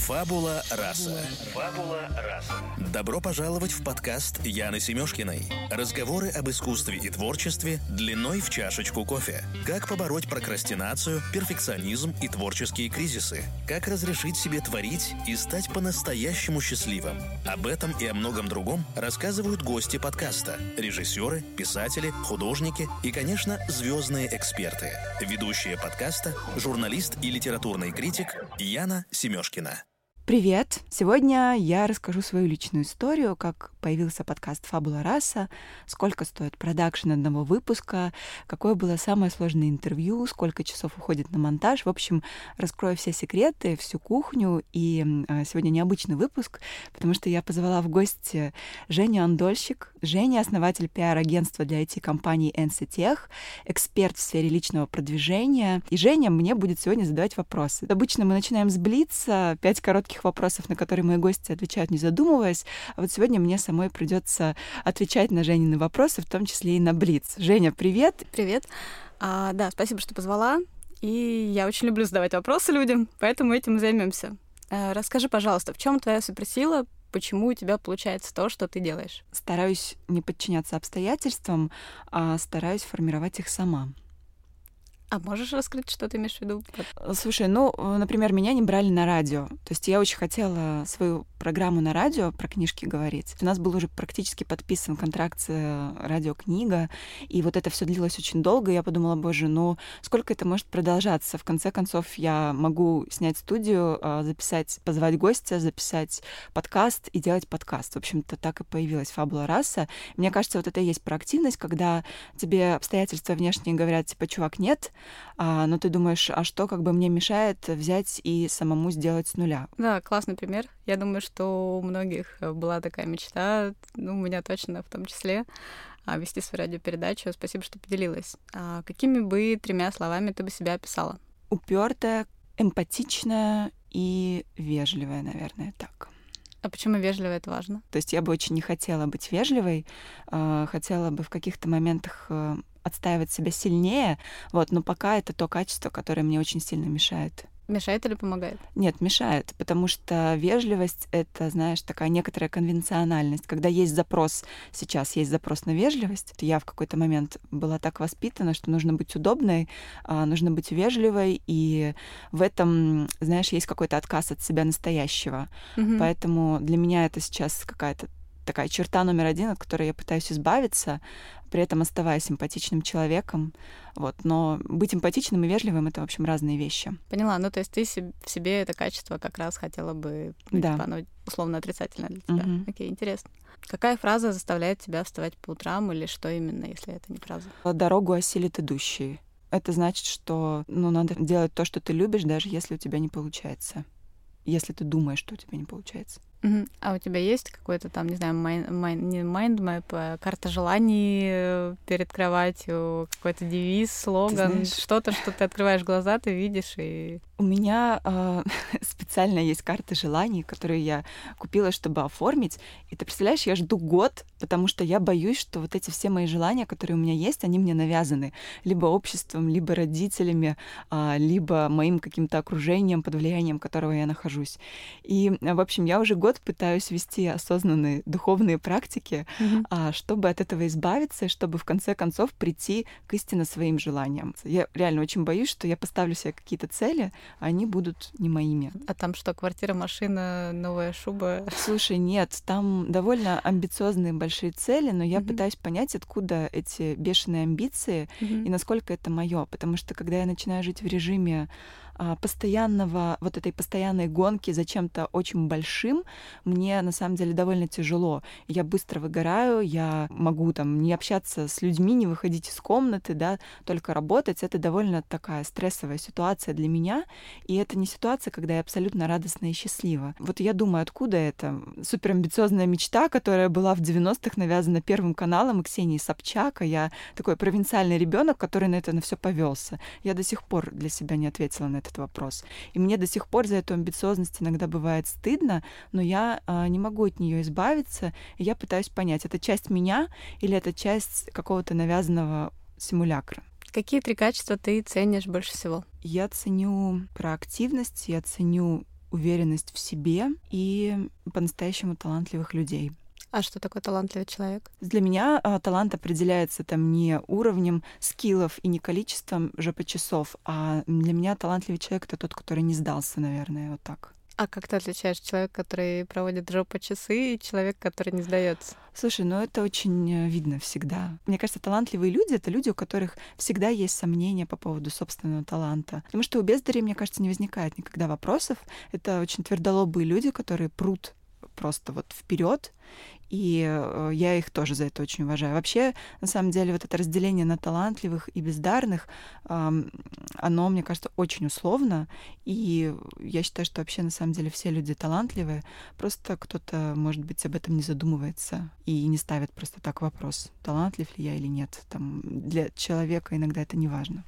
Фабула раса. Добро пожаловать в подкаст Яны Семёшкиной. Разговоры об искусстве и творчестве длиной в чашечку кофе. Как побороть прокрастинацию, перфекционизм и творческие кризисы. Как разрешить себе творить и стать по-настоящему счастливым. Об этом и о многом другом рассказывают гости подкаста. Режиссеры, писатели, художники и, конечно, звездные эксперты. Ведущая подкаста, журналист и литературный критик Яна Семёшкина. Привет! Сегодня я расскажу свою личную историю, как появился подкаст «Фабула раса», сколько стоит продакшн одного выпуска, какое было самое сложное интервью, сколько часов уходит на монтаж. В общем, раскрою все секреты, всю кухню. И сегодня необычный выпуск, потому что я позвала в гости Женю Андольщик. Женя — основатель пиар-агентства для IT-компании NC-Tech, эксперт в сфере личного продвижения. И Женя мне будет сегодня задавать вопросы. Обычно мы начинаем с блица, 5 коротких вопросов, на которые мои гости отвечают, не задумываясь. А вот сегодня мне самой придется отвечать на Женины вопросы, в том числе и на блиц. Женя, привет! Привет. Да, спасибо, что позвала. И я очень люблю задавать вопросы людям, поэтому этим и займемся. Расскажи, пожалуйста, в чем твоя суперсила? Почему у тебя получается то, что ты делаешь? Стараюсь не подчиняться обстоятельствам, а стараюсь формировать их сама. А можешь раскрыть, что ты имеешь в виду? Слушай, например, меня не брали на радио. То есть я очень хотела свою программу на радио про книжки говорить. У нас был уже практически подписан контракт с радиокнига, и вот это все длилось очень долго. Я подумала, боже, сколько это может продолжаться? В конце концов, я могу снять студию, позвать гостя, записать подкаст и делать подкаст. В общем-то, так и появилась «Фабула раса». Мне кажется, вот это и есть проактивность, когда тебе обстоятельства внешние говорят, типа, чувак, нет, но ты думаешь, а что как бы мне мешает взять и самому сделать с нуля? Да, классный пример. Я думаю, что у многих была такая мечта, у меня точно в том числе, вести свою радиопередачу. Спасибо, что поделилась. Какими бы 3 словами ты бы себя описала? Упертая, эмпатичная и вежливая, наверное, так. А почему вежливо это важно? То есть я бы очень не хотела быть вежливой, хотела бы в каких-то моментах отстаивать себя сильнее, но пока это то качество, которое мне очень сильно мешает. Мешает или помогает? Нет, мешает, потому что вежливость — это, знаешь, такая некоторая конвенциональность. Когда есть запрос на вежливость, то я в какой-то момент была так воспитана, что нужно быть удобной, нужно быть вежливой, и в этом, знаешь, есть какой-то отказ от себя настоящего. Угу. Поэтому для меня это сейчас какая-то такая черта номер 1, от которой я пытаюсь избавиться, при этом оставаясь симпатичным человеком. Но быть эмпатичным и вежливым — это, в общем, разные вещи. Поняла. То есть ты в себе это качество как раз хотела бы, оно условно отрицательное для тебя. Угу. Окей, интересно. Какая фраза заставляет тебя вставать по утрам, или что именно, если это не фраза? «Дорогу осилит идущий». Это значит, что надо делать то, что ты любишь, даже если у тебя не получается. Если ты думаешь, что у тебя не получается. Угу. А у тебя есть какой-то там, не знаю, не майндмэп, а карта желаний перед кроватью, какой-то девиз, слоган, что-то, что ты открываешь глаза, ты видишь и... У меня специально есть карта желаний, которые я купила, чтобы оформить. И ты представляешь, я жду год, потому что я боюсь, что вот эти все мои желания, которые у меня есть, они мне навязаны либо обществом, либо родителями, либо моим каким-то окружением, под влиянием которого я нахожусь. И, в общем, я уже год пытаюсь вести осознанные духовные практики, чтобы от этого избавиться, чтобы в конце концов прийти к истинно своим желаниям. Я реально очень боюсь, что я поставлю себе какие-то цели, а они будут не моими. А там что, квартира, машина, новая шуба? Слушай, нет, там довольно амбициозные большие цели, но я пытаюсь понять, откуда эти бешеные амбиции и насколько это мое, потому что когда я начинаю жить в режиме этой постоянной гонки за чем-то очень большим, мне на самом деле довольно тяжело. Я быстро выгораю, я могу не общаться с людьми, не выходить из комнаты, только работать. Это довольно такая стрессовая ситуация для меня, и это не ситуация, когда я абсолютно радостна и счастлива. Я думаю, откуда это? Суперамбициозная мечта, которая была в 90-х навязана Первым каналом и Ксенией Собчак, а я такой провинциальный ребенок, который на все повелся. Я до сих пор для себя не ответила на этот вопрос. И мне до сих пор за эту амбициозность иногда бывает стыдно, но я не могу от нее избавиться, и я пытаюсь понять, это часть меня или это часть какого-то навязанного симулякра. Какие 3 качества ты ценишь больше всего? Я ценю проактивность, я ценю уверенность в себе и по-настоящему талантливых людей. А что такое талантливый человек? Для меня талант определяется там не уровнем скиллов и не количеством ЖП-часов, а для меня талантливый человек — это тот, который не сдался, наверное, вот так. А как ты отличаешь человека, который проводит жопа-часы, и человека, который не сдается? Слушай, ну это очень видно всегда. Мне кажется, талантливые люди — это люди, у которых всегда есть сомнения по поводу собственного таланта. Потому что у бездарей, мне кажется, не возникает никогда вопросов. Это очень твердолобые люди, которые прут просто вот вперед, и я их тоже за это очень уважаю. Вообще, на самом деле, вот это разделение на талантливых и бездарных, оно, мне кажется, очень условно, и я считаю, что вообще, на самом деле, все люди талантливые, просто кто-то, может быть, об этом не задумывается и не ставит просто так вопрос, талантлив ли я или нет. Там, для человека иногда это не важно.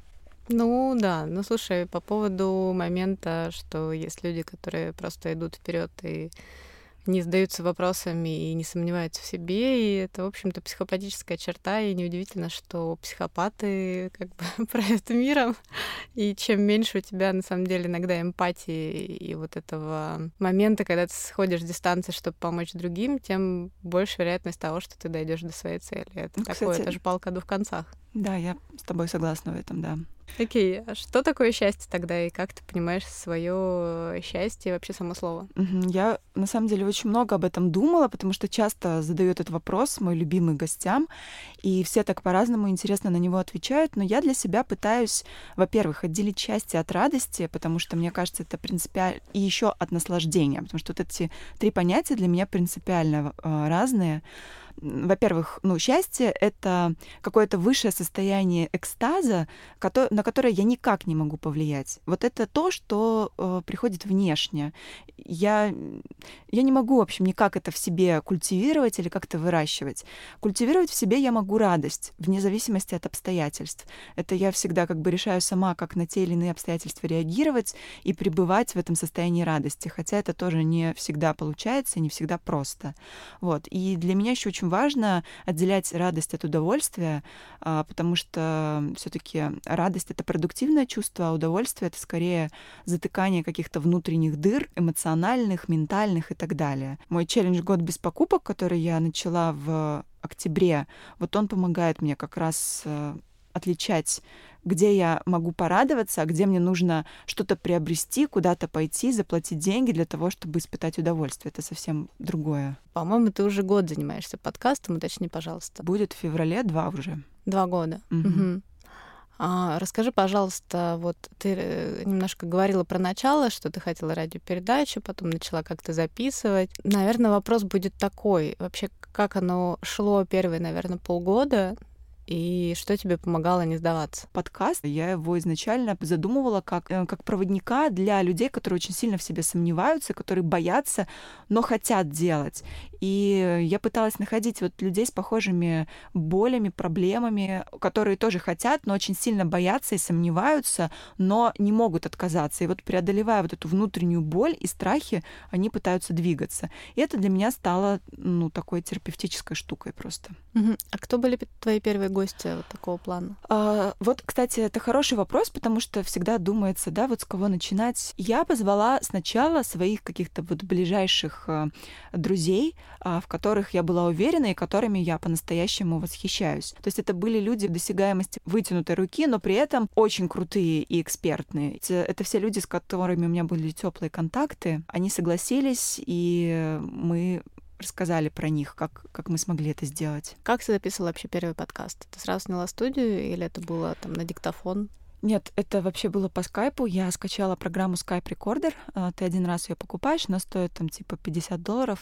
Ну да, ну слушай, по поводу момента, что есть люди, которые просто идут вперед и не задаются вопросами и не сомневаются в себе, и это, в общем-то, психопатическая черта, и неудивительно, что психопаты как бы правят миром, и чем меньше у тебя, на самом деле, иногда эмпатии и вот этого момента, когда ты сходишь с дистанции, чтобы помочь другим, тем больше вероятность того, что ты дойдешь до своей цели. Это такое, это же палка о двух концах. Да, я с тобой согласна в этом, да. Окей, а что такое счастье тогда, и как ты понимаешь свое счастье и вообще само слово? Я, на самом деле, очень много об этом думала, потому что часто задают этот вопрос мой любимый гостям, и все так по-разному интересно на него отвечают, но я для себя пытаюсь, во-первых, отделить счастье от радости, потому что, мне кажется, это принципиально, и еще от наслаждения, потому что вот эти три понятия для меня принципиально разные. Во-первых, счастье — это какое-то высшее состояние экстаза, на которое я никак не могу повлиять. Вот это то, что приходит внешне. Я не могу, в общем, никак это в себе культивировать или как-то выращивать. Культивировать в себе я могу радость, вне зависимости от обстоятельств. Это я всегда как бы решаю сама, как на те или иные обстоятельства реагировать и пребывать в этом состоянии радости. Хотя это тоже не всегда получается, не всегда просто. Вот. И для меня еще очень важно отделять радость от удовольствия, потому что все-таки радость — это продуктивное чувство, а удовольствие — это скорее затыкание каких-то внутренних дыр, эмоциональных, ментальных и так далее. Мой челлендж «Год без покупок», который я начала в октябре, вот он помогает мне как раз отличать, где я могу порадоваться, а где мне нужно что-то приобрести, куда-то пойти, заплатить деньги для того, чтобы испытать удовольствие. Это совсем другое. По-моему, ты уже год занимаешься подкастом, уточни, пожалуйста. Будет в феврале 2 уже. 2 года. Угу. Расскажи, пожалуйста, вот ты немножко говорила про начало, что ты хотела радиопередачу, потом начала как-то записывать. Наверное, вопрос будет такой. Вообще, как оно шло первые, наверное, полгода? И что тебе помогало не сдаваться? Подкаст, я его изначально задумывала как проводника для людей, которые очень сильно в себе сомневаются, которые боятся, но хотят делать. И я пыталась находить вот людей с похожими болями, проблемами, которые тоже хотят, но очень сильно боятся и сомневаются, но не могут отказаться. И вот преодолевая вот эту внутреннюю боль и страхи, они пытаются двигаться. И это для меня стало, такой терапевтической штукой просто. А кто были твои первые гости вот такого плана? Вот, кстати, это хороший вопрос, потому что всегда думается, да, вот с кого начинать. Я позвала сначала своих каких-то вот ближайших друзей, в которых я была уверена и которыми я по-настоящему восхищаюсь. То есть это были люди в досягаемости вытянутой руки, но при этом очень крутые и экспертные. Это все люди, с которыми у меня были теплые контакты. Они согласились, и мы рассказали про них, как мы смогли это сделать. Как ты записывала вообще первый подкаст? Ты сразу сняла студию или это было там на диктофон? Нет, это вообще было по скайпу. Я скачала программу Skype Recorder. Ты один раз ее покупаешь, она стоит там типа $50,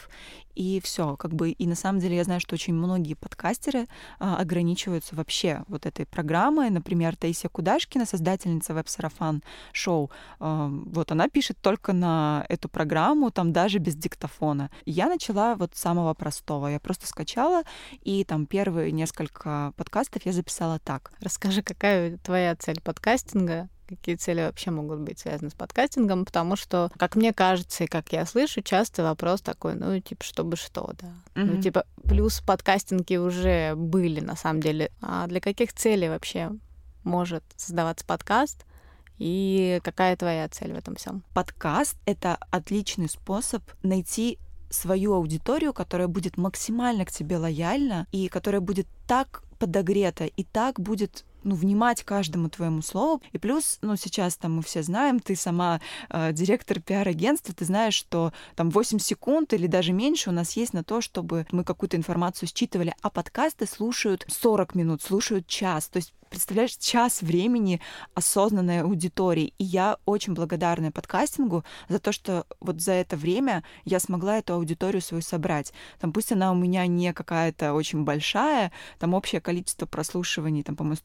и все. И на самом деле я знаю, что очень многие подкастеры ограничиваются вообще вот этой программой. Например, Таисия Кудашкина, создательница веб-сарафан шоу, вот она пишет только на эту программу, там даже без диктофона. Я начала вот с самого простого. Я просто скачала, и там первые несколько подкастов я записала так. Расскажи, какая твоя цель подкастинга? Какие цели вообще могут быть связаны с подкастингом? Потому что, как мне кажется и как я слышу, часто вопрос такой, чтобы что, да. Плюс подкастинги уже были, на самом деле. А для каких целей вообще может создаваться подкаст? И какая твоя цель в этом всем? Подкаст — это отличный способ найти свою аудиторию, которая будет максимально к тебе лояльна и которая будет так подогрета и так будет внимать каждому твоему слову. И плюс, сейчас там мы все знаем, ты сама директор пиар-агентства, ты знаешь, что там 8 секунд или даже меньше у нас есть на то, чтобы мы какую-то информацию считывали, а подкасты слушают 40 минут, слушают час. То есть представляешь, час времени осознанной аудитории. И я очень благодарна подкастингу за то, что вот за это время я смогла эту аудиторию свою собрать. Там пусть она у меня не какая-то очень большая, там общее количество прослушиваний, там, по-моему,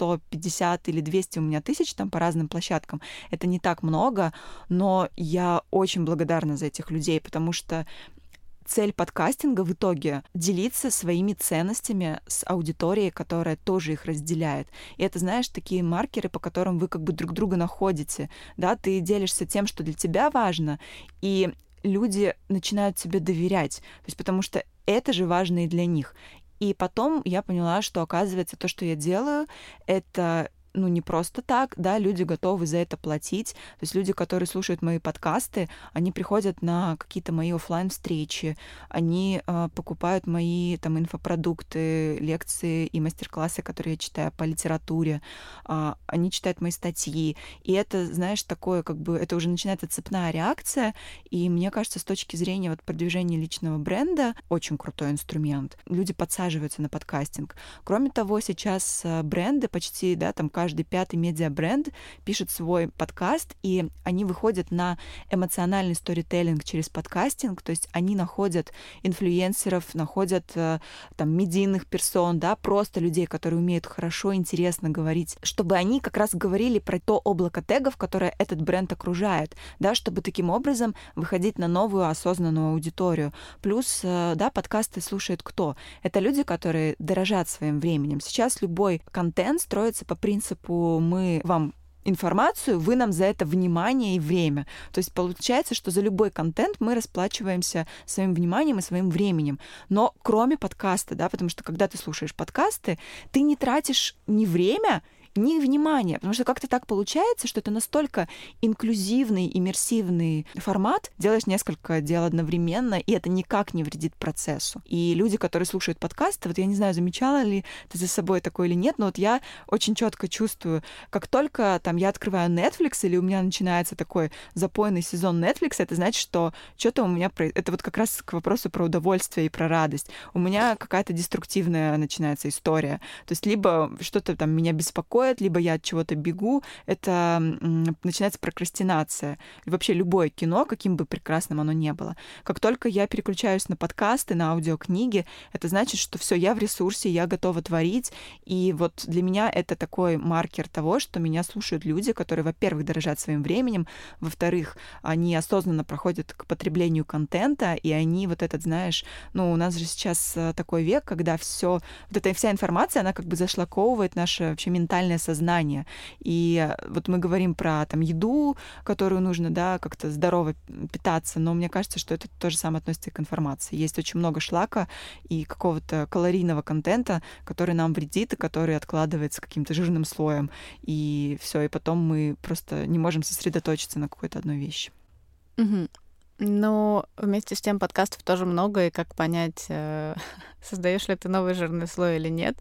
150 или 200 у меня тысяч там по разным площадкам. Это не так много, но я очень благодарна за этих людей, потому что цель подкастинга в итоге — делиться своими ценностями с аудиторией, которая тоже их разделяет. И это, знаешь, такие маркеры, по которым вы как бы друг друга находите. Да? Ты делишься тем, что для тебя важно, и люди начинают тебе доверять. То есть потому что это же важно и для них. И потом я поняла, что, оказывается, то, что я делаю, это не просто так, да, люди готовы за это платить. То есть люди, которые слушают мои подкасты, они приходят на какие-то мои офлайн-встречи, они покупают мои там инфопродукты, лекции и мастер-классы, которые я читаю по литературе, они читают мои статьи. И это, знаешь, такое как бы, это уже начинается цепная реакция, и мне кажется, с точки зрения вот продвижения личного бренда, очень крутой инструмент. Люди подсаживаются на подкастинг. Кроме того, сейчас бренды почти, да, там каждый 5-й медиабренд пишет свой подкаст, и они выходят на эмоциональный сторителлинг через подкастинг, то есть они находят инфлюенсеров, находят там медийных персон, да, просто людей, которые умеют хорошо, интересно говорить, чтобы они как раз говорили про то облако тегов, которое этот бренд окружает, да, чтобы таким образом выходить на новую осознанную аудиторию. Плюс, да, подкасты слушает кто? Это люди, которые дорожат своим временем. Сейчас любой контент строится по принципу «мы вам информацию, вы нам за это внимание и время». То есть получается, что за любой контент мы расплачиваемся своим вниманием и своим временем. Но кроме подкаста, да, потому что когда ты слушаешь подкасты, ты не тратишь ни время, ни внимания, потому что как-то так получается, что это настолько инклюзивный, иммерсивный формат, делаешь несколько дел одновременно, и это никак не вредит процессу. И люди, которые слушают подкасты, вот я не знаю, замечала ли ты за собой такое или нет, но вот я очень четко чувствую, как только там я открываю Netflix или у меня начинается такой запойный сезон Netflix, это значит, что что-то у меня... Это вот как раз к вопросу про удовольствие и про радость. У меня какая-то деструктивная начинается история. То есть либо что-то там меня беспокоит, либо я от чего-то бегу, это начинается прокрастинация. И вообще любое кино, каким бы прекрасным оно ни было. Как только я переключаюсь на подкасты, на аудиокниги, это значит, что все, я в ресурсе, я готова творить. И вот для меня это такой маркер того, что меня слушают люди, которые, во-первых, дорожат своим временем, во-вторых, они осознанно проходят к потреблению контента, и они вот этот, знаешь, у нас же сейчас такой век, когда все, вот эта вся информация, она как бы зашлаковывает наше вообще ментальное сознание. И вот мы говорим про там еду, которую нужно, да, как-то здорово питаться, но мне кажется, что это то же самое относится и к информации. Есть очень много шлака и какого-то калорийного контента, который нам вредит и который откладывается каким-то жирным слоем. И все, и потом мы просто не можем сосредоточиться на какой-то одной вещи. Угу. Но вместе с тем подкастов тоже много, и как понять, создаешь ли ты новый жирный слой или нет.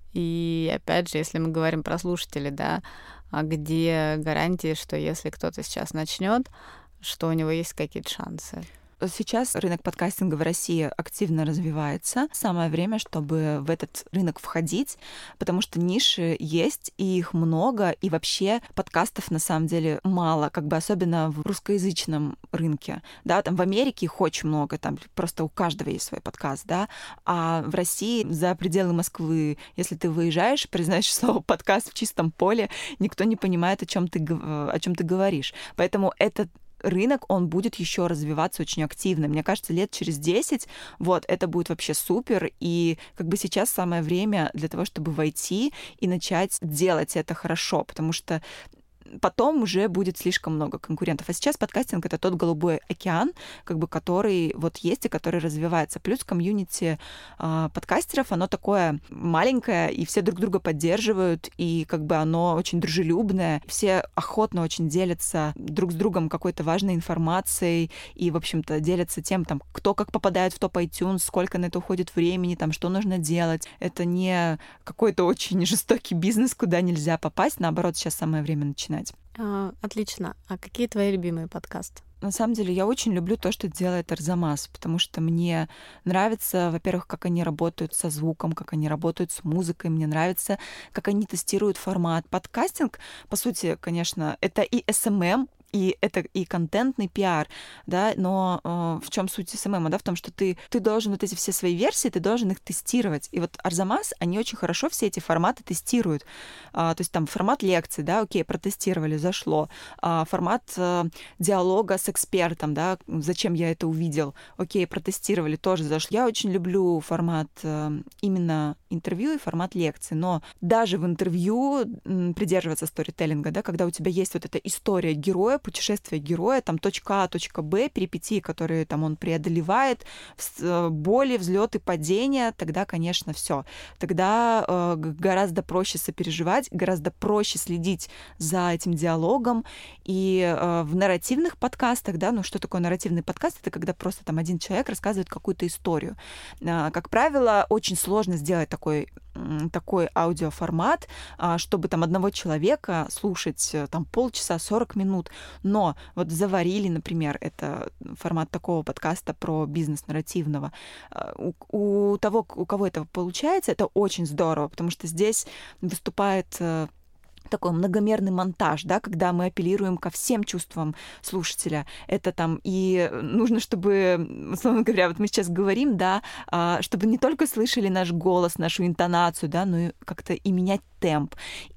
И опять же, если мы говорим про слушателей, да, а где гарантии, что если кто-то сейчас начнет, что у него есть какие-то шансы? Сейчас рынок подкастинга в России активно развивается. Самое время, чтобы в этот рынок входить, потому что ниши есть, и их много, и вообще подкастов на самом деле мало, как бы особенно в русскоязычном рынке. Да, там в Америке их очень много, там просто у каждого есть свой подкаст, да, а в России за пределы Москвы, если ты выезжаешь, произносишь слово «подкаст» в чистом поле, никто не понимает, о чем ты говоришь. Поэтому этот рынок, он будет еще развиваться очень активно. Мне кажется, лет через 10, вот, это будет вообще супер, и как бы сейчас самое время для того, чтобы войти и начать делать это хорошо, потому что потом уже будет слишком много конкурентов. А сейчас подкастинг — это тот голубой океан, как бы, который вот есть и который развивается. Плюс комьюнити подкастеров, оно такое маленькое, и все друг друга поддерживают, и как бы оно очень дружелюбное. Все охотно очень делятся друг с другом какой-то важной информацией и, в общем-то, делятся тем, там, кто как попадает в топ iTunes, сколько на это уходит времени, там, что нужно делать. Это не какой-то очень жестокий бизнес, куда нельзя попасть. Наоборот, сейчас самое время начинать. Отлично. А какие твои любимые подкасты? На самом деле, я очень люблю то, что делает Арзамас, потому что мне нравится, во-первых, как они работают со звуком, как они работают с музыкой, мне нравится, как они тестируют формат. Подкастинг, по сути, конечно, это и SMM, и это и контентный пиар, да, но в чем суть СММ, да, в том, что ты должен вот эти все свои версии, ты должен их тестировать. И вот Арзамас, они очень хорошо все эти форматы тестируют. То есть там формат лекции, да, окей, протестировали, зашло. Формат диалога с экспертом, да, зачем я это увидел, окей, протестировали, тоже зашло. Я очень люблю формат именно интервью и формат лекции, но даже в интервью придерживаться сторителлинга, да, когда у тебя есть вот эта история героя, путешествие героя, там точка А, точка Б, перипетии, которые там он преодолевает, боли, взлеты, падения, тогда, конечно, все. Тогда гораздо проще сопереживать, гораздо проще следить за этим диалогом. И в нарративных подкастах, да, ну что такое нарративный подкаст? Это когда просто там один человек рассказывает какую-то историю. Как правило, очень сложно сделать такой аудиоформат, чтобы там одного человека слушать там полчаса, 40 минут. Но вот «Заварили», например, это формат такого подкаста про бизнес нарративного. У того, у кого это получается, это очень здорово, потому что здесь выступает такой многомерный монтаж, да, когда мы апеллируем ко всем чувствам слушателя. Это там и нужно, чтобы, условно говоря, вот мы сейчас говорим, да, чтобы не только слышали наш голос, нашу интонацию, да, но и как-то и менять темп,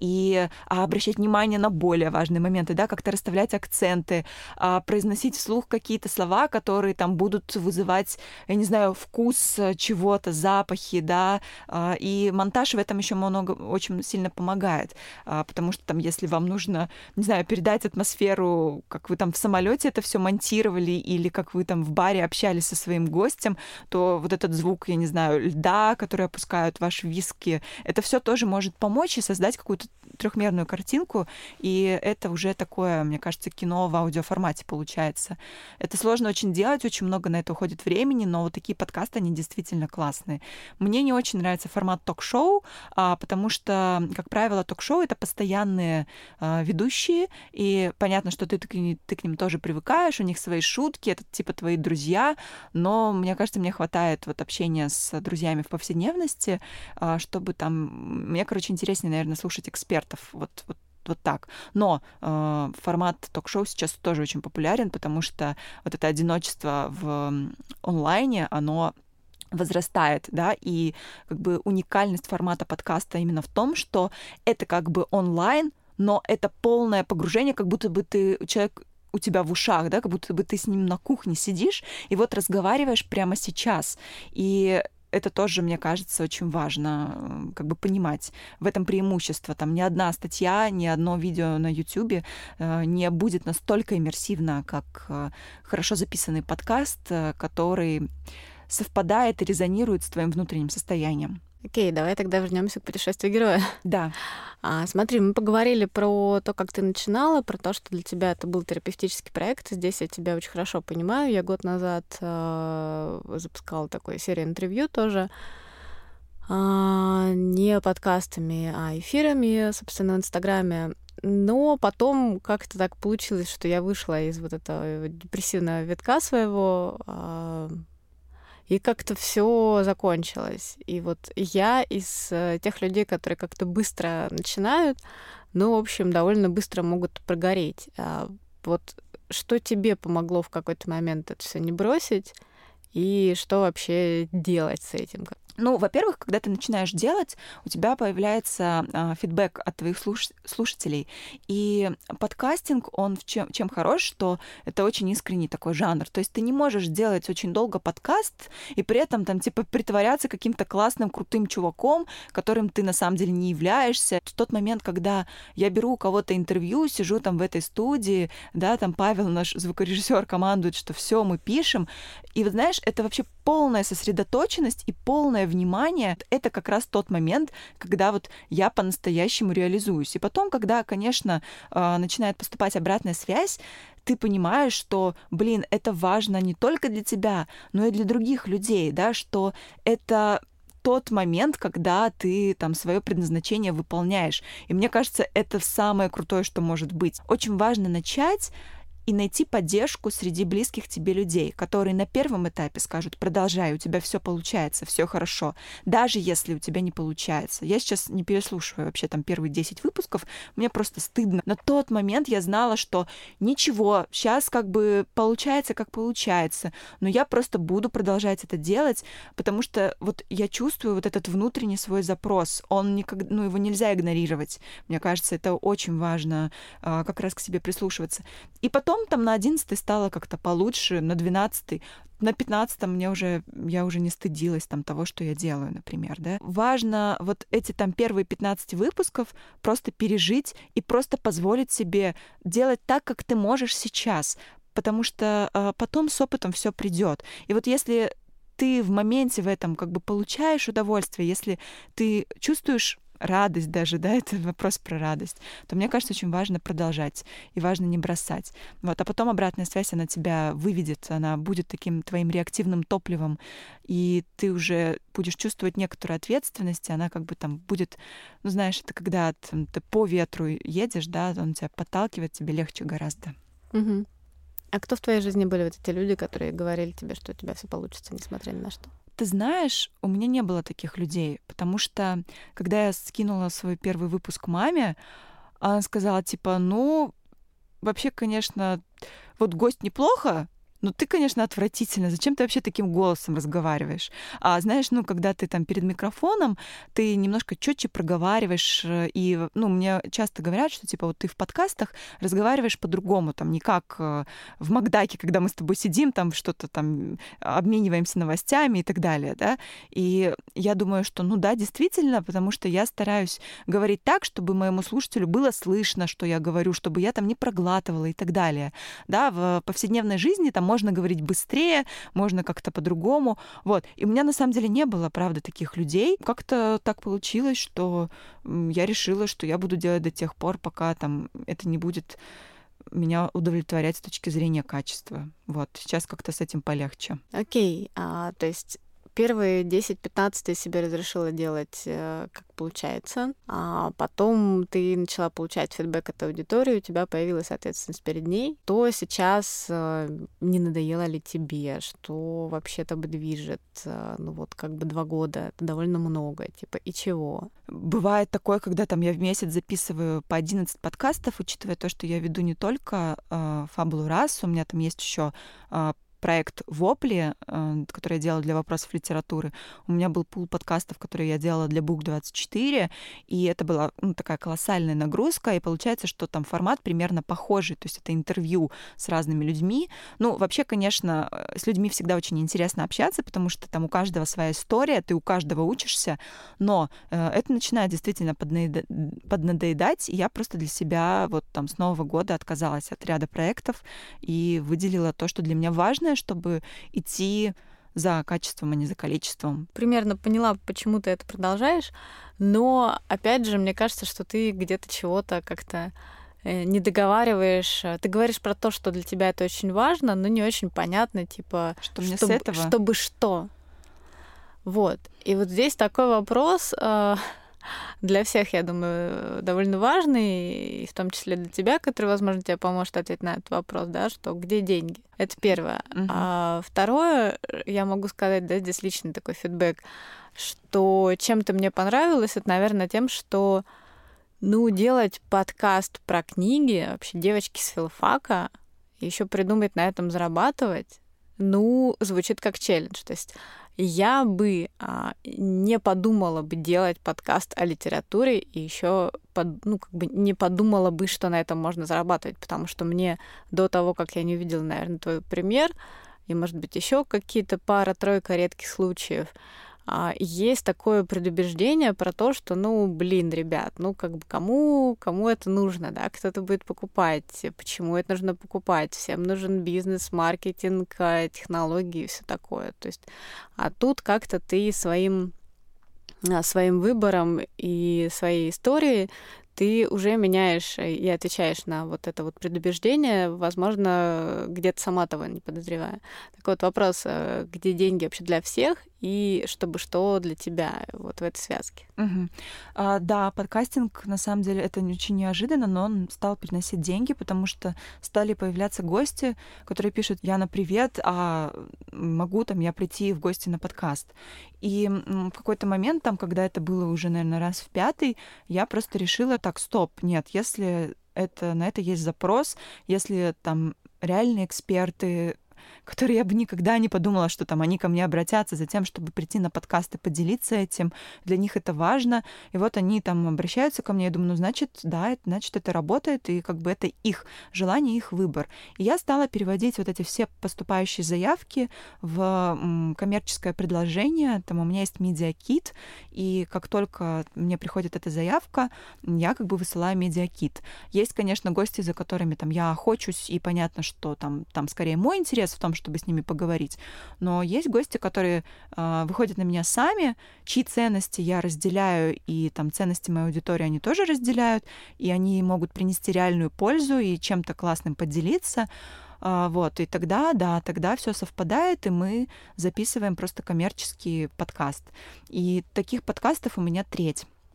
и обращать внимание на более важные моменты, да, как-то расставлять акценты, произносить вслух какие-то слова, которые там будут вызывать, я не знаю, вкус чего-то, запахи, да, и монтаж в этом еще очень сильно помогает, потому что там, если вам нужно, не знаю, передать атмосферу, как вы там в самолете это все монтировали, или как вы там в баре общались со своим гостем, то вот этот звук, я не знаю, льда, который опускают ваши виски, это все тоже может помочь и создать какую-то трехмерную картинку, и это уже такое, мне кажется, кино в аудиоформате получается. Это сложно очень делать, очень много на это уходит времени, но вот такие подкасты, они действительно классные. Мне не очень нравится формат ток-шоу, потому что, как правило, ток-шоу — это постоянные ведущие, и понятно, что ты к ним тоже привыкаешь, у них свои шутки, это типа твои друзья, но, мне кажется, мне хватает вот общения с друзьями в повседневности, чтобы там... Мне, короче, интереснее, наверное, слушать экспертов, вот так. Но формат ток-шоу сейчас тоже очень популярен, потому что вот это одиночество в онлайне, оно возрастает, да, и как бы уникальность формата подкаста именно в том, что это как бы онлайн, но это полное погружение, как будто бы человек у тебя в ушах, да, как будто бы ты с ним на кухне сидишь и вот разговариваешь прямо сейчас. И это тоже, мне кажется, очень важно как бы понимать. В этом преимущество. Там ни одна статья, ни одно видео на YouTube не будет настолько иммерсивно, как хорошо записанный подкаст, который совпадает и резонирует с твоим внутренним состоянием. Окей, давай тогда вернемся к путешествию героя. Да. Смотри, мы поговорили про то, как ты начинала, про то, что для тебя это был терапевтический проект. Здесь я тебя очень хорошо понимаю. Я год назад запускала такую серию интервью тоже. Не подкастами, а эфирами, собственно, в Инстаграме. Но потом как-то так получилось, что я вышла из вот этого депрессивного витка своего, и как-то все закончилось. И вот я из тех людей, которые как-то быстро начинают, ну, в общем, довольно быстро могут прогореть. Вот что тебе помогло в какой-то момент это все не бросить? И что вообще делать с этим? Ну, во-первых, когда ты начинаешь делать, у тебя появляется фидбэк от твоих слушателей. И подкастинг, он чем хорош, что это очень искренний такой жанр. То есть ты не можешь делать очень долго подкаст и при этом там типа притворяться каким-то классным, крутым чуваком, которым ты на самом деле не являешься. В тот момент, когда я беру у кого-то интервью, сижу там в этой студии, да, там Павел, наш звукорежиссер, командует, что все мы пишем. И вот знаешь, это вообще полная сосредоточенность и полное внимание. Это как раз тот момент, когда вот я по-настоящему реализуюсь. И потом, когда, конечно, начинает поступать обратная связь, ты понимаешь, что, блин, это важно не только для тебя, но и для других людей, да, что это тот момент, когда ты там свое предназначение выполняешь. И мне кажется, это самое крутое, что может быть. Очень важно начать и найти поддержку среди близких тебе людей, которые на первом этапе скажут: продолжай, у тебя все получается, все хорошо, даже если у тебя не получается. Я сейчас не переслушиваю вообще там первые 10 выпусков, мне просто стыдно. На тот момент я знала, что ничего, сейчас как бы получается, как получается, но я просто буду продолжать это делать, потому что вот я чувствую вот этот внутренний свой запрос, он никогда, ну, его нельзя игнорировать. Мне кажется, это очень важно, как раз к себе прислушиваться. И потом там на 11-й стало как-то получше, на 12-й, на 15-м я уже не стыдилась там того, что я делаю, например, да. Важно вот эти там первые 15 выпусков просто пережить и просто позволить себе делать так, как ты можешь сейчас, потому что потом с опытом все придет. И вот если ты в моменте в этом как бы получаешь удовольствие, если ты чувствуешь радость даже, да, это вопрос про радость, то мне кажется, очень важно продолжать и важно не бросать. Вот. А потом обратная связь, она тебя выведет, она будет таким твоим реактивным топливом, и ты уже будешь чувствовать некоторую ответственность, и она как бы там будет, ну, знаешь, это когда ты по ветру едешь, да, он тебя подталкивает, тебе легче гораздо. Угу. А кто в твоей жизни были вот эти люди, которые говорили тебе, что у тебя все получится, несмотря ни на что? Ты знаешь, у меня не было таких людей, потому что, когда я скинула свой первый выпуск маме, она сказала, типа, ну, вообще, конечно, вот гость неплохо, но ты, конечно, отвратительно. Зачем ты вообще таким голосом разговариваешь? А знаешь, ну, когда ты там перед микрофоном, ты немножко четче проговариваешь. И, ну, мне часто говорят, что, типа, вот ты в подкастах разговариваешь по-другому, там, не как в Макдаке, когда мы с тобой сидим, там, что-то там обмениваемся новостями и так далее, да. И я думаю, что, ну да, действительно, потому что я стараюсь говорить так, чтобы моему слушателю было слышно, что я говорю, чтобы я там не проглатывала и так далее. Да, в повседневной жизни там можно говорить быстрее, можно как-то по-другому. Вот. И у меня на самом деле не было, правда, таких людей. Как-то так получилось, что я решила, что я буду делать до тех пор, пока там это не будет меня удовлетворять с точки зрения качества. Вот. Сейчас как-то с этим полегче. Окей. То есть первые 10-15 ты себе разрешила делать, как получается, а потом ты начала получать фидбэк от аудитории, у тебя появилась ответственность перед ней. То сейчас не надоело ли тебе, что вообще тобой движет? Ну вот как бы 2 года, это довольно много, типа, и чего? Бывает такое, когда там я в месяц записываю по 11 подкастов, учитывая то, что я веду не только «Фабулу Расу», у меня там есть еще проект «Вопли», который я делала для вопросов литературы. У меня был пул подкастов, которые я делала для Book24, и это была такая колоссальная нагрузка, и получается, что там формат примерно похожий, то есть это интервью с разными людьми. Ну, вообще, конечно, с людьми всегда очень интересно общаться, потому что там у каждого своя история, ты у каждого учишься, но это начинает действительно поднадоедать, и я просто для себя вот там с Нового года отказалась от ряда проектов и выделила то, что для меня важно, чтобы идти за качеством, а не за количеством. Примерно поняла, почему ты это продолжаешь, но, опять же, мне кажется, что ты где-то чего-то как-то не договариваешь. Ты говоришь про то, что для тебя это очень важно, но не очень понятно, типа, что мне с этого? Чтобы что. Вот. И вот здесь такой вопрос для всех, я думаю, довольно важный, и в том числе для тебя, который, возможно, тебе поможет ответить на этот вопрос, да, что где деньги? Это первое. А второе, я могу сказать, да, здесь личный такой фидбэк, что чем-то мне понравилось, это, наверное, тем, что, ну, делать подкаст про книги, вообще девочки с филфака, еще придумать на этом зарабатывать, ну, звучит как челлендж. То есть я бы не подумала бы делать подкаст о литературе и еще не подумала бы, что на этом можно зарабатывать, потому что мне до того, как я не увидела, наверное, твой пример, и, может быть, еще какие-то пара-тройка редких случаев, есть такое предубеждение про то, что, ребят, кому это нужно, да, кто-то будет покупать, почему это нужно покупать, всем нужен бизнес, маркетинг, технологии и все такое. То есть, а тут как-то ты своим выбором и своей историей ты уже меняешь и отвечаешь на вот это вот предубеждение, возможно, где-то сама того не подозревая. Такой вот вопрос, где деньги вообще для всех и чтобы что для тебя вот в этой связке. Да, подкастинг, на самом деле, это очень неожиданно, но он стал приносить деньги, потому что стали появляться гости, которые пишут: «Яна, привет, могу я прийти в гости на подкаст?» И в какой-то момент, когда это было уже, наверное, раз в 5, я просто решила: так, стоп, нет, если на это есть запрос, если там реальные эксперты, которые я бы никогда не подумала, что они ко мне обратятся за тем, чтобы прийти на подкаст и поделиться этим. Для них это важно. И вот они обращаются ко мне, я думаю, значит это работает, и это их желание, их выбор. И я стала переводить вот эти все поступающие заявки в коммерческое предложение. У меня есть медиакит, и как только мне приходит эта заявка, я высылаю медиакит. Есть, конечно, гости, за которыми я охочусь, и понятно, что там скорее мой интерес в том, чтобы с ними поговорить. Но есть гости, которые выходят на меня сами, чьи ценности я разделяю, и ценности моей аудитории они тоже разделяют, и они могут принести реальную пользу и чем-то классным поделиться. И тогда все совпадает, и мы записываем просто коммерческий подкаст. И таких подкастов у меня 3.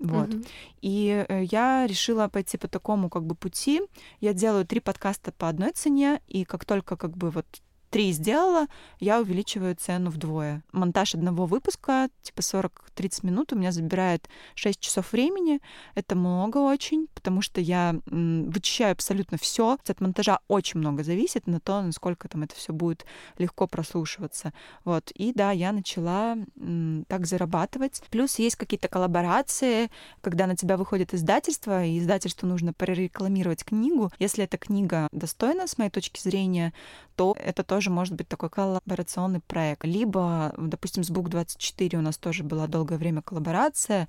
И я решила пойти по такому пути. Я делаю 3 подкаста по одной цене, и как только 3 сделала, я увеличиваю цену вдвое. Монтаж одного выпуска, 40-30 минут, у меня забирает 6 часов времени. Это много очень, потому что я вычищаю абсолютно все. От монтажа очень много зависит на то, насколько это все будет легко прослушиваться. И да, я начала так зарабатывать. Плюс есть какие-то коллаборации, когда на тебя выходит издательство, и издательству нужно прорекламировать книгу. Если эта книга достойна, с моей точки зрения, то это тоже может быть такой коллаборационный проект. Либо, допустим, с Book24 у нас тоже была долгое время коллаборация.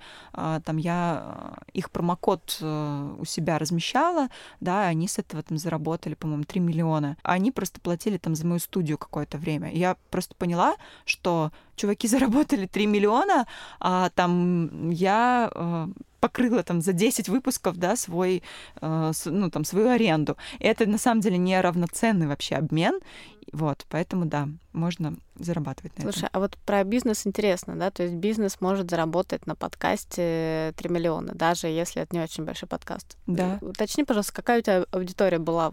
Я их промокод у себя размещала, да, они с этого заработали, по-моему, 3 миллиона. Они просто платили за мою студию какое-то время. И я просто поняла, что чуваки заработали 3 миллиона, а я покрыла за 10 выпусков, да, свою аренду. И это на самом деле не равноценный вообще обмен. Поэтому, да, можно зарабатывать на этом. Слушай, а вот про бизнес интересно, да? То есть бизнес может заработать на подкасте 3 миллиона, даже если это не очень большой подкаст. Да. Уточни, пожалуйста, какая у тебя аудитория была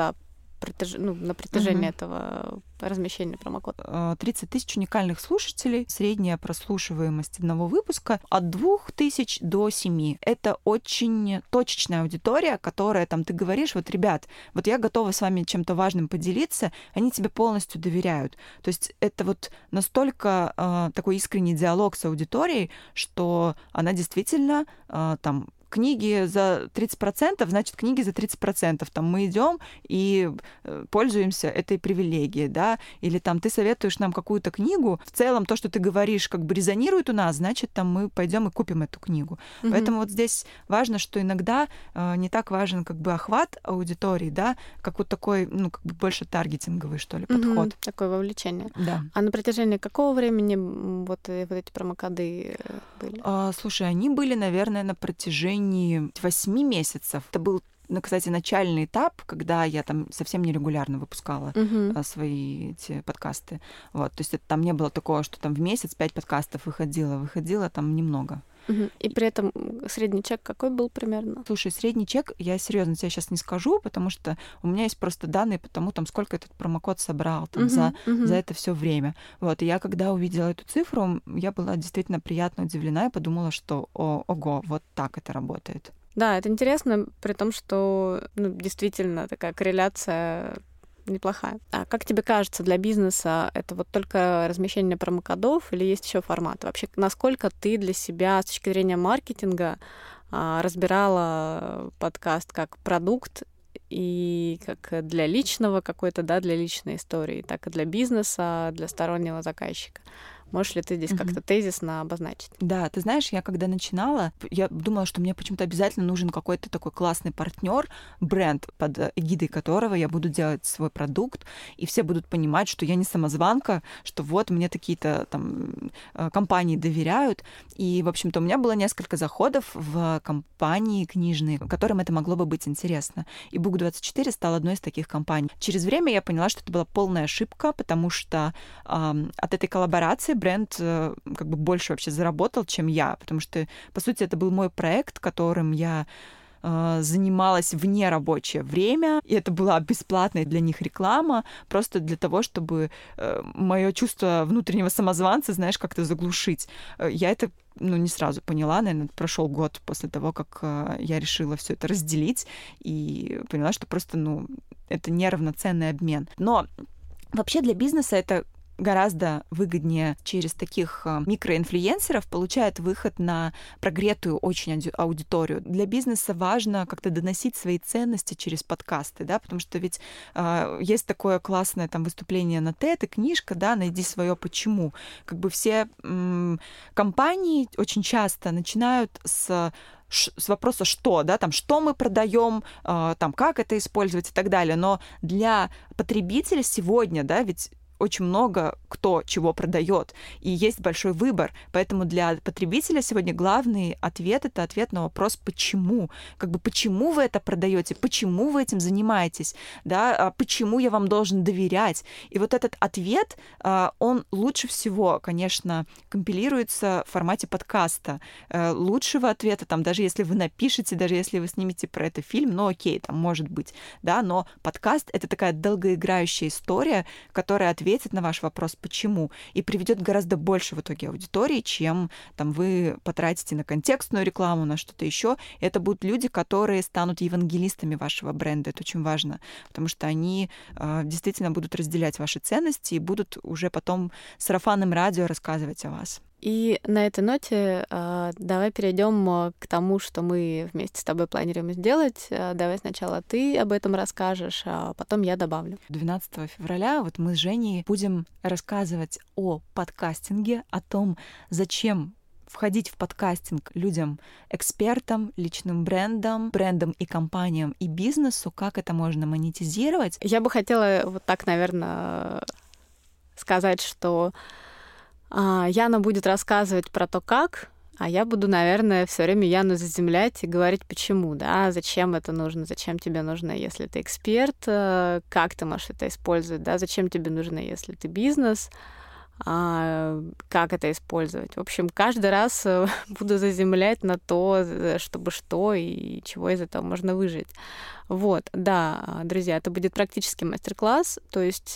на протяжении этого размещения промокода? 30 тысяч уникальных слушателей. Средняя прослушиваемость одного выпуска от 2000 до 7. Это очень точечная аудитория, которая ты говоришь: ребят, я готова с вами чем-то важным поделиться, они тебе полностью доверяют. То есть это настолько такой искренний диалог с аудиторией, что она действительно книги за 30%, значит, книги за 30%. Мы идем и пользуемся этой привилегией, да, или ты советуешь нам какую-то книгу, в целом то, что ты говоришь, резонирует у нас, значит, мы пойдем и купим эту книгу. Поэтому здесь важно, что иногда не так важен охват аудитории, да, как такой, больше таргетинговый, что ли, подход. Такое вовлечение. Да. А на протяжении какого времени эти промокоды были? Слушай, они были, наверное, на протяжении 8 месяцев. Это был, кстати, начальный этап, когда я совсем нерегулярно выпускала свои эти подкасты. То есть это, не было такого, что в месяц 5 подкастов выходило немного. И при этом средний чек какой был примерно? Слушай, средний чек, я серьезно тебе сейчас не скажу, потому что у меня есть просто данные по тому, сколько этот промокод собрал за это все время. И я, когда увидела эту цифру, я была действительно приятно удивлена и подумала, что ого, вот так это работает. Да, это интересно, при том, что действительно такая корреляция неплохая. А как тебе кажется, для бизнеса это вот только размещение промокодов или есть еще формат? Вообще, насколько ты для себя с точки зрения маркетинга разбирала подкаст как продукт и как для личного какой-то, да, для личной истории, так и для бизнеса, для стороннего заказчика? Можешь ли ты здесь как-то тезисно обозначить? Да, ты знаешь, я когда начинала, я думала, что мне почему-то обязательно нужен какой-то такой классный партнер, бренд, под эгидой которого я буду делать свой продукт, и все будут понимать, что я не самозванка, что вот мне такие-то там компании доверяют. И, в общем-то, у меня было несколько заходов в компании книжные, которым это могло бы быть интересно. И Book24 стал одной из таких компаний. Через время я поняла, что это была полная ошибка, потому что от этой коллаборации бренд как бы больше вообще заработал, чем я, потому что, по сути, это был мой проект, которым я занималась в нерабочее время, и это была бесплатная для них реклама, просто для того, чтобы мое чувство внутреннего самозванца, знаешь, как-то заглушить. Я это не сразу поняла, наверное, прошел год после того, как я решила все это разделить, и поняла, что просто, это неравноценный обмен. Но вообще для бизнеса это гораздо выгоднее через таких микроинфлюенсеров получает выход на прогретую очень аудиторию. Для бизнеса важно как-то доносить свои ценности через подкасты, да, потому что ведь есть такое классное там выступление на TED и книжка, да, «Найди свое почему». Как бы все компании очень часто начинают с вопроса «что?», да, там, что мы продаем, там, как это использовать и так далее. Но для потребителя сегодня, да, ведь очень много кто чего продает, и есть большой выбор. Поэтому для потребителя сегодня главный ответ — это ответ на вопрос «почему?». Как бы почему вы это продаете, почему вы этим занимаетесь, да, почему я вам должен доверять. И вот этот ответ, он лучше всего, конечно, компилируется в формате подкаста. Лучшего ответа, там, даже если вы напишете, даже если вы снимете про это фильм, окей, там может быть, да, но подкаст — это такая долгоиграющая история, которая ответит на ваш вопрос «почему?» и приведет гораздо больше в итоге аудитории, чем там вы потратите на контекстную рекламу, на что-то еще. Это будут люди, которые станут евангелистами вашего бренда. Это очень важно, потому что они действительно будут разделять ваши ценности и будут уже потом сарафанным радио рассказывать о вас. И на этой ноте давай перейдем к тому, что мы вместе с тобой планируем сделать. Давай сначала ты об этом расскажешь, а потом я добавлю. 12 февраля вот мы с Женей будем рассказывать о подкастинге, о том, зачем входить в подкастинг людям, экспертам, личным брендам и компаниям, и бизнесу, как это можно монетизировать. Я бы хотела вот так, наверное, сказать, что Яна будет рассказывать про то, как, а я буду, наверное, все время Яну заземлять и говорить, почему, да, зачем это нужно, зачем тебе нужно, если ты эксперт, как ты можешь это использовать, да, зачем тебе нужно, если ты бизнес, как это использовать. В общем, каждый раз буду заземлять на то, чтобы что и чего из этого можно выжить. Вот, да, друзья, это будет практически мастер-класс, то есть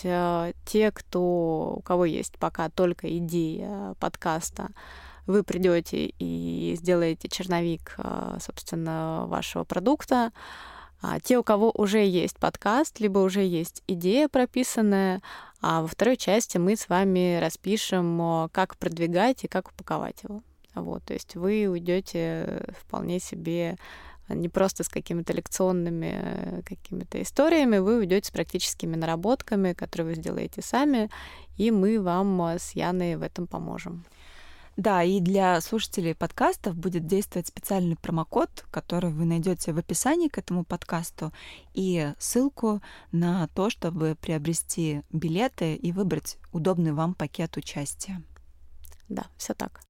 у кого есть пока только идея подкаста, вы придете и сделаете черновик, собственно, вашего продукта. Те, у кого уже есть подкаст, либо уже есть идея прописанная, а во второй части мы с вами распишем, как продвигать и как упаковать его. Вот, то есть вы уйдете вполне себе не просто с какими-то лекционными какими-то историями, вы уйдете с практическими наработками, которые вы сделаете сами, и мы вам с Яной в этом поможем. Да, и для слушателей подкастов будет действовать специальный промокод, который вы найдете в описании к этому подкасту, и ссылку на то, чтобы приобрести билеты и выбрать удобный вам пакет участия. Да, все так.